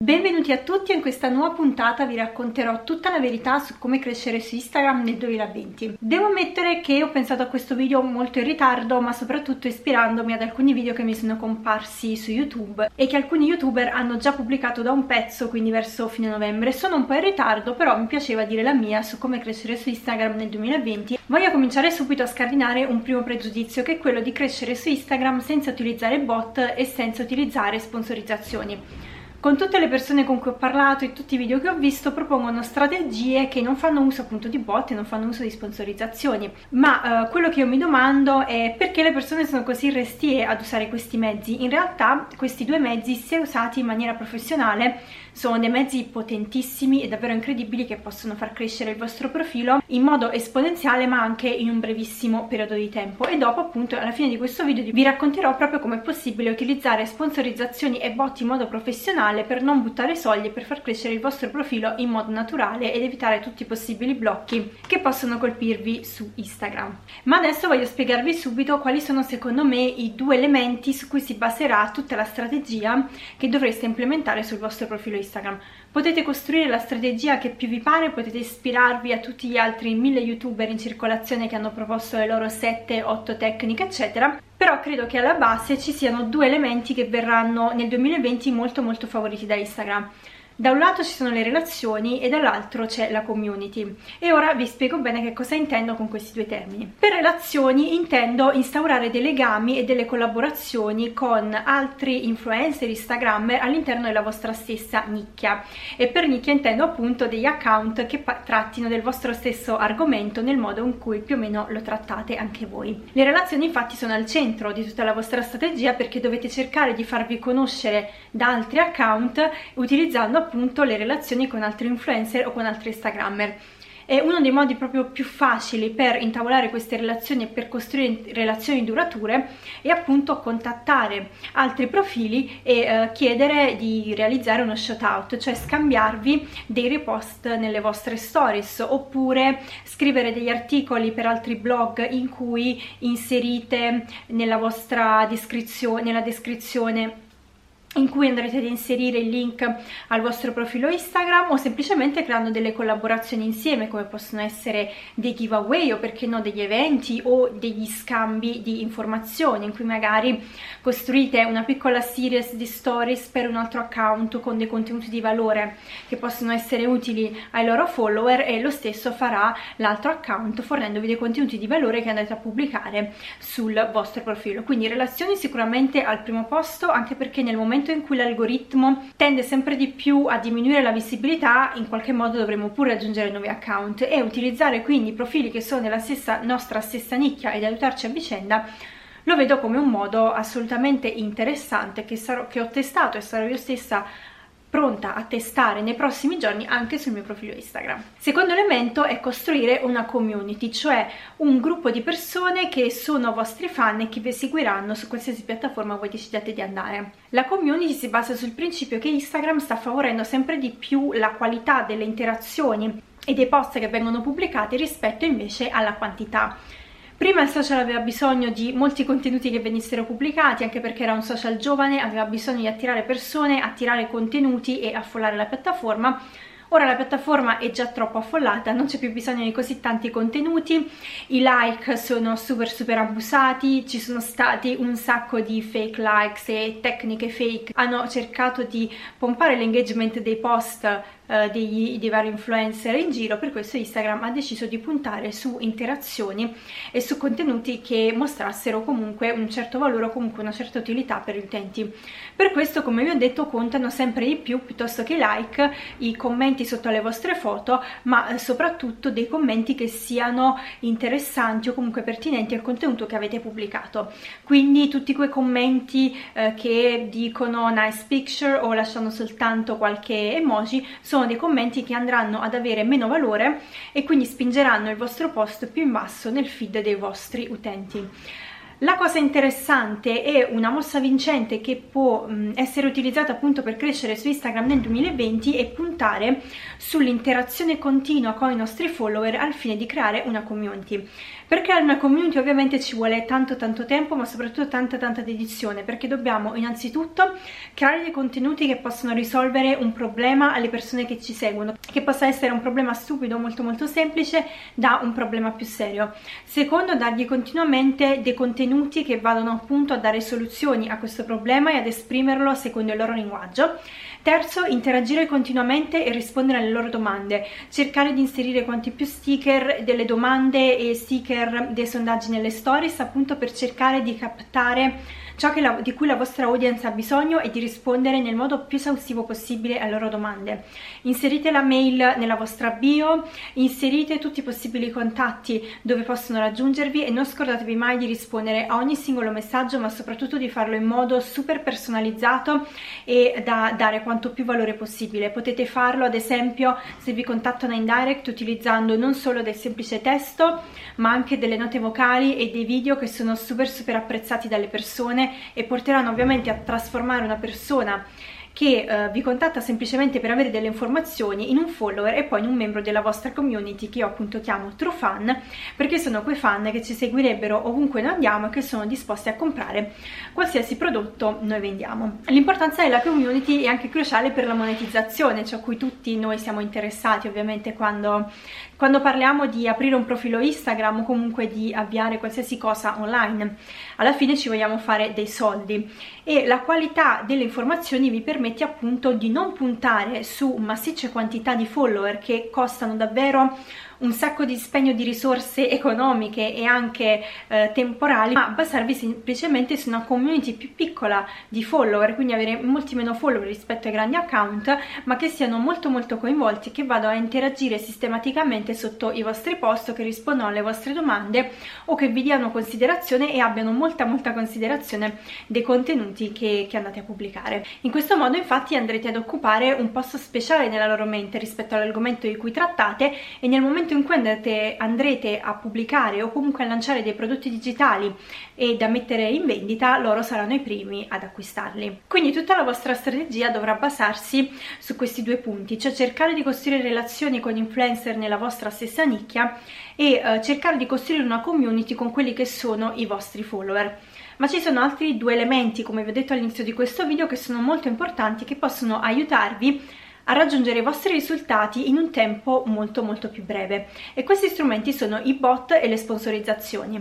Benvenuti a tutti, in questa nuova puntata vi racconterò tutta la verità su come crescere su Instagram nel 2020. Devo ammettere che ho pensato a questo video molto in ritardo, ma soprattutto ispirandomi ad alcuni video che mi sono comparsi su YouTube e che alcuni youtuber hanno già pubblicato da un pezzo, quindi verso fine novembre. Sono un po' in ritardo, però mi piaceva dire la mia su come crescere su Instagram nel 2020. Voglio cominciare subito a scardinare un primo pregiudizio, che è quello di crescere su Instagram senza utilizzare bot e senza utilizzare sponsorizzazioni. Con tutte le persone con cui ho parlato e tutti i video che ho visto propongono strategie che non fanno uso appunto di bot e non fanno uso di sponsorizzazioni, ma quello che io mi domando è perché le persone sono così restie ad usare questi mezzi. In realtà questi due mezzi, se usati in maniera professionale, sono dei mezzi potentissimi e davvero incredibili che possono far crescere il vostro profilo in modo esponenziale, ma anche in un brevissimo periodo di tempo. E dopo, appunto, alla fine di questo video vi racconterò proprio come è possibile utilizzare sponsorizzazioni e bot in modo professionale per non buttare soldi e per far crescere il vostro profilo in modo naturale ed evitare tutti i possibili blocchi che possono colpirvi su Instagram. Ma adesso voglio spiegarvi subito quali sono secondo me i due elementi su cui si baserà tutta la strategia che dovreste implementare sul vostro profilo Instagram. Potete costruire la strategia che più vi pare, potete ispirarvi a tutti gli altri 1000 youtuber in circolazione che hanno proposto le loro 7-8 tecniche eccetera, però credo che alla base ci siano due elementi che verranno nel 2020 molto favoriti da Instagram. Da un lato ci sono le relazioni e dall'altro c'è la community, e ora vi spiego bene che cosa intendo con questi due termini. Per relazioni intendo instaurare dei legami e delle collaborazioni con altri influencer, instagrammer all'interno della vostra stessa nicchia, e per nicchia intendo appunto degli account che trattino del vostro stesso argomento nel modo in cui più o meno lo trattate anche voi. Le relazioni infatti sono al centro di tutta la vostra strategia, perché dovete cercare di farvi conoscere da altri account utilizzando appunto le relazioni con altri influencer o con altri instagrammer. È uno dei modi proprio più facili per intavolare queste relazioni e per costruire relazioni durature è appunto contattare altri profili e chiedere di realizzare uno shout out, cioè scambiarvi dei repost nelle vostre stories, oppure scrivere degli articoli per altri blog in cui inserite nella vostra descrizione, in cui andrete ad inserire il link al vostro profilo Instagram, o semplicemente creando delle collaborazioni insieme, come possono essere dei giveaway o perché no degli eventi o degli scambi di informazioni, in cui magari costruite una piccola series di stories per un altro account con dei contenuti di valore che possono essere utili ai loro follower, e lo stesso farà l'altro account fornendovi dei contenuti di valore che andrete a pubblicare sul vostro profilo. Quindi relazioni sicuramente al primo posto, anche perché nel momento in cui l'algoritmo tende sempre di più a diminuire la visibilità, in qualche modo dovremo pure aggiungere nuovi account, e utilizzare quindi profili che sono nella nostra stessa nicchia ed aiutarci a vicenda lo vedo come un modo assolutamente interessante che ho testato e sarò io stessa pronta a testare nei prossimi giorni anche sul mio profilo Instagram. Secondo elemento è costruire una community, cioè un gruppo di persone che sono vostri fan e che vi seguiranno su qualsiasi piattaforma voi decidiate di andare. La community si basa sul principio che Instagram sta favorendo sempre di più la qualità delle interazioni e dei post che vengono pubblicati rispetto invece alla quantità. Prima il social aveva bisogno di molti contenuti che venissero pubblicati, anche perché era un social giovane, aveva bisogno di attirare persone, attirare contenuti e affollare la piattaforma. Ora la piattaforma è già troppo affollata, non c'è più bisogno di così tanti contenuti, i like sono super abusati, ci sono stati un sacco di fake likes e tecniche fake, hanno cercato di pompare l'engagement dei post dei vari influencer in giro. Per questo Instagram ha deciso di puntare su interazioni e su contenuti che mostrassero comunque un certo valore o comunque una certa utilità per gli utenti. Per questo, come vi ho detto, contano sempre di più, piuttosto che i like, i commenti sotto alle vostre foto, ma soprattutto dei commenti che siano interessanti o comunque pertinenti al contenuto che avete pubblicato. Quindi tutti quei commenti che dicono nice picture o lasciano soltanto qualche emoji sono dei commenti che andranno ad avere meno valore e quindi spingeranno il vostro post più in basso nel feed dei vostri utenti. La cosa interessante e una mossa vincente che può essere utilizzata appunto per crescere su Instagram nel 2020 è puntare sull'interazione continua con i nostri follower al fine di creare una community. Per creare una community ovviamente ci vuole tanto tempo, ma soprattutto tanta dedizione, perché dobbiamo innanzitutto creare dei contenuti che possono risolvere un problema alle persone che ci seguono, che possa essere un problema stupido molto semplice da un problema più serio. Secondo, dargli continuamente dei contenuti che vadano appunto a dare soluzioni a questo problema e ad esprimerlo secondo il loro linguaggio. Terzo, interagire continuamente e rispondere alle loro domande, cercare di inserire quanti più sticker delle domande e sticker dei sondaggi nelle stories, appunto per cercare di captare ciò di cui la vostra audience ha bisogno e di rispondere nel modo più esaustivo possibile alle loro domande. Inserite la mail nella vostra bio, inserite tutti i possibili contatti dove possono raggiungervi e non scordatevi mai di rispondere a ogni singolo messaggio, ma soprattutto di farlo in modo super personalizzato e da dare quanto più valore possibile. Potete farlo ad esempio se vi contattano in direct utilizzando non solo del semplice testo, ma anche delle note vocali e dei video che sono super apprezzati dalle persone e porteranno ovviamente a trasformare una persona che vi contatta semplicemente per avere delle informazioni in un follower e poi in un membro della vostra community, che io appunto chiamo true fan, perché sono quei fan che ci seguirebbero ovunque noi andiamo e che sono disposti a comprare qualsiasi prodotto noi vendiamo. L'importanza della community è anche cruciale per la monetizzazione, cioè a cui tutti noi siamo interessati ovviamente quando parliamo di aprire un profilo Instagram o comunque di avviare qualsiasi cosa online. Alla fine ci vogliamo fare dei soldi e la qualità delle informazioni vi permette appunto di non puntare su massicce quantità di follower che costano davvero un sacco di spegno di risorse economiche e anche temporali, ma basarvi semplicemente su una community più piccola di follower, quindi avere molti meno follower rispetto ai grandi account, ma che siano molto coinvolti e che vadano a interagire sistematicamente sotto i vostri post, o che rispondano alle vostre domande o che vi diano considerazione e abbiano molta considerazione dei contenuti che andate a pubblicare. In questo modo infatti andrete ad occupare un posto speciale nella loro mente rispetto all'argomento di cui trattate, e nel momento in cui andrete a pubblicare o comunque a lanciare dei prodotti digitali e da mettere in vendita, loro saranno i primi ad acquistarli. Quindi tutta la vostra strategia dovrà basarsi su questi due punti, cioè cercare di costruire relazioni con influencer nella vostra stessa nicchia e cercare di costruire una community con quelli che sono i vostri follower. Ma ci sono altri due elementi, come vi ho detto all'inizio di questo video, che sono molto importanti, che possono aiutarvi a raggiungere i vostri risultati in un tempo molto più breve, e questi strumenti sono i bot e le sponsorizzazioni.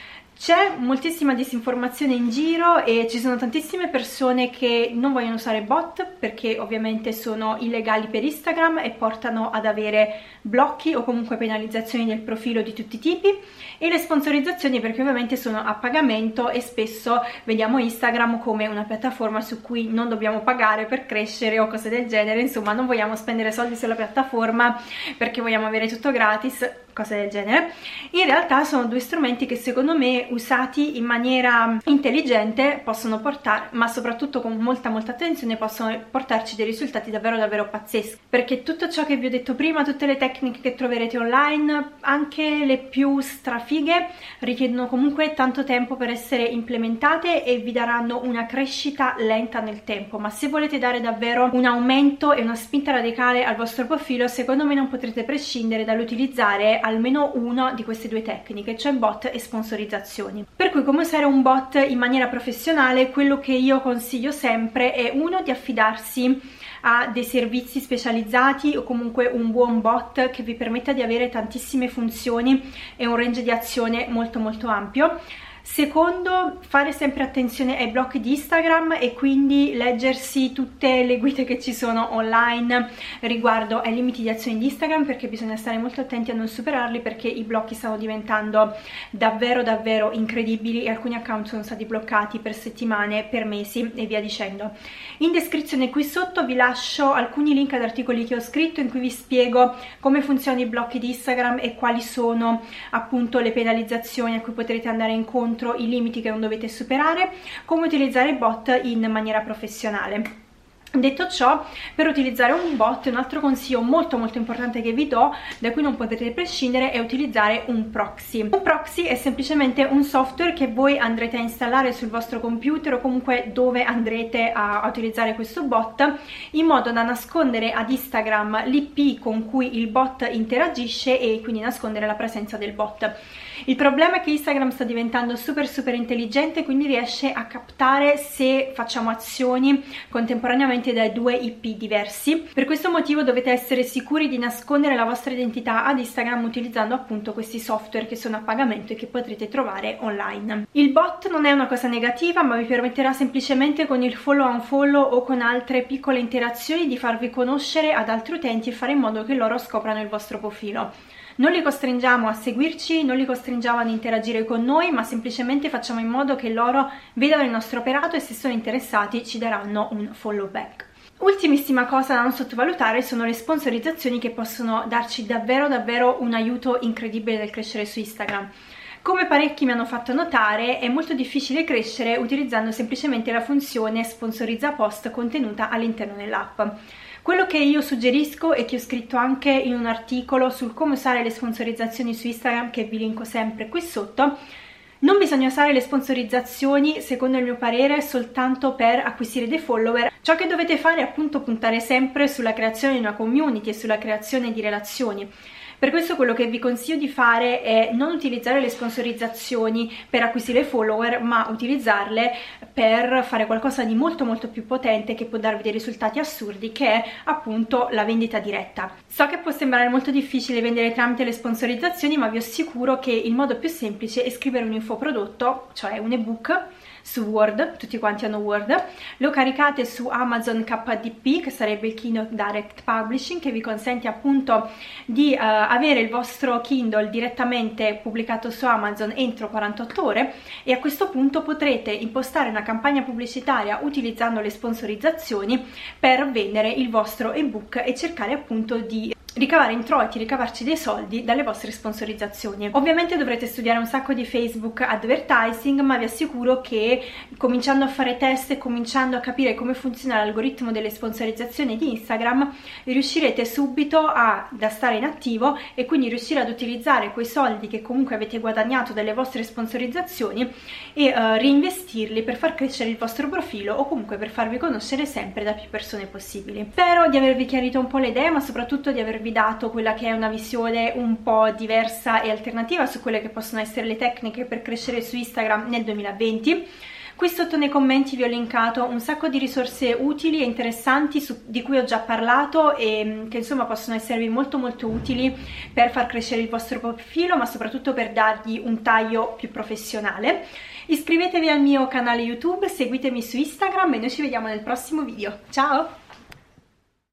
C'è moltissima disinformazione in giro e ci sono tantissime persone che non vogliono usare bot perché ovviamente sono illegali per Instagram e portano ad avere blocchi o comunque penalizzazioni del profilo di tutti i tipi, e le sponsorizzazioni perché ovviamente sono a pagamento e spesso vediamo Instagram come una piattaforma su cui non dobbiamo pagare per crescere o cose del genere. Insomma, non vogliamo spendere soldi sulla piattaforma perché vogliamo avere tutto gratis, cose del genere. In realtà sono due strumenti che secondo me, usati in maniera intelligente, possono portare, ma soprattutto con molta attenzione, possono portarci dei risultati davvero pazzeschi, perché tutto ciò che vi ho detto prima, tutte le tecniche che troverete online, anche le più strafighe, richiedono comunque tanto tempo per essere implementate e vi daranno una crescita lenta nel tempo. Ma se volete dare davvero un aumento e una spinta radicale al vostro profilo, secondo me non potrete prescindere dall'utilizzare almeno una di queste due tecniche, cioè bot e sponsorizzazioni. Per cui, come usare un bot in maniera professionale, quello che io consiglio sempre è uno di affidarsi a dei servizi specializzati o comunque un buon bot che vi permetta di avere tantissime funzioni e un range di azione molto ampio. Secondo, fare sempre attenzione ai blocchi di Instagram e quindi leggersi tutte le guide che ci sono online riguardo ai limiti di azione di Instagram, perché bisogna stare molto attenti a non superarli, perché i blocchi stanno diventando davvero incredibili e alcuni account sono stati bloccati per settimane, per mesi e via dicendo. In descrizione qui sotto vi lascio alcuni link ad articoli che ho scritto in cui vi spiego come funzionano i blocchi di Instagram e quali sono appunto le penalizzazioni a cui potrete andare incontro, i limiti che non dovete superare, come utilizzare i bot in maniera professionale. Detto ciò, per utilizzare un bot, un altro consiglio molto importante che vi do, da cui non potete prescindere, è utilizzare un proxy. Un proxy è semplicemente un software che voi andrete a installare sul vostro computer o comunque dove andrete a utilizzare questo bot, in modo da nascondere ad Instagram l'IP con cui il bot interagisce e quindi nascondere la presenza del bot. Il problema è che Instagram sta diventando super intelligente, quindi riesce a captare se facciamo azioni contemporaneamente dai 2 IP diversi. Per questo motivo dovete essere sicuri di nascondere la vostra identità ad Instagram utilizzando appunto questi software che sono a pagamento e che potrete trovare online. Il bot non è una cosa negativa, ma vi permetterà semplicemente con il follow unfollow o con altre piccole interazioni di farvi conoscere ad altri utenti e fare in modo che loro scoprano il vostro profilo. Non li costringiamo a seguirci, non li costringiamo ad interagire con noi, ma semplicemente facciamo in modo che loro vedano il nostro operato e se sono interessati ci daranno un follow back. Ultimissima cosa da non sottovalutare sono le sponsorizzazioni, che possono darci davvero un aiuto incredibile nel crescere su Instagram. Come parecchi mi hanno fatto notare, è molto difficile crescere utilizzando semplicemente la funzione sponsorizza post contenuta all'interno dell'app. Quello che io suggerisco e che ho scritto anche in un articolo sul come usare le sponsorizzazioni su Instagram, che vi linko sempre qui sotto, non bisogna usare le sponsorizzazioni, secondo il mio parere, soltanto per acquisire dei follower. Ciò che dovete fare è appunto puntare sempre sulla creazione di una community e sulla creazione di relazioni. Per questo quello che vi consiglio di fare è non utilizzare le sponsorizzazioni per acquisire follower, ma utilizzarle per fare qualcosa di molto più potente che può darvi dei risultati assurdi, che è appunto la vendita diretta. So che può sembrare molto difficile vendere tramite le sponsorizzazioni, ma vi assicuro che il modo più semplice è scrivere un infoprodotto, cioè un ebook, su Word, tutti quanti hanno Word, lo caricate su Amazon KDP, che sarebbe il Kindle Direct Publishing, che vi consente appunto di avere il vostro Kindle direttamente pubblicato su Amazon entro 48 ore, e a questo punto potrete impostare una campagna pubblicitaria utilizzando le sponsorizzazioni per vendere il vostro ebook e cercare appunto di ricavare introiti, ricavarci dei soldi dalle vostre sponsorizzazioni. Ovviamente dovrete studiare un sacco di Facebook advertising, ma vi assicuro che cominciando a fare test e cominciando a capire come funziona l'algoritmo delle sponsorizzazioni di Instagram, riuscirete subito da stare in attivo e quindi riuscire ad utilizzare quei soldi che comunque avete guadagnato dalle vostre sponsorizzazioni e reinvestirli per far crescere il vostro profilo o comunque per farvi conoscere sempre da più persone possibili. Spero di avervi chiarito un po' le idee, ma soprattutto di avervi dato quella che è una visione un po' diversa e alternativa su quelle che possono essere le tecniche per crescere su Instagram nel 2020. Qui sotto nei commenti vi ho linkato un sacco di risorse utili e interessanti di cui ho già parlato e che insomma possono esservi molto utili per far crescere il vostro profilo, ma soprattutto per dargli un taglio più professionale. Iscrivetevi al mio canale YouTube, seguitemi su Instagram e noi ci vediamo nel prossimo video. Ciao!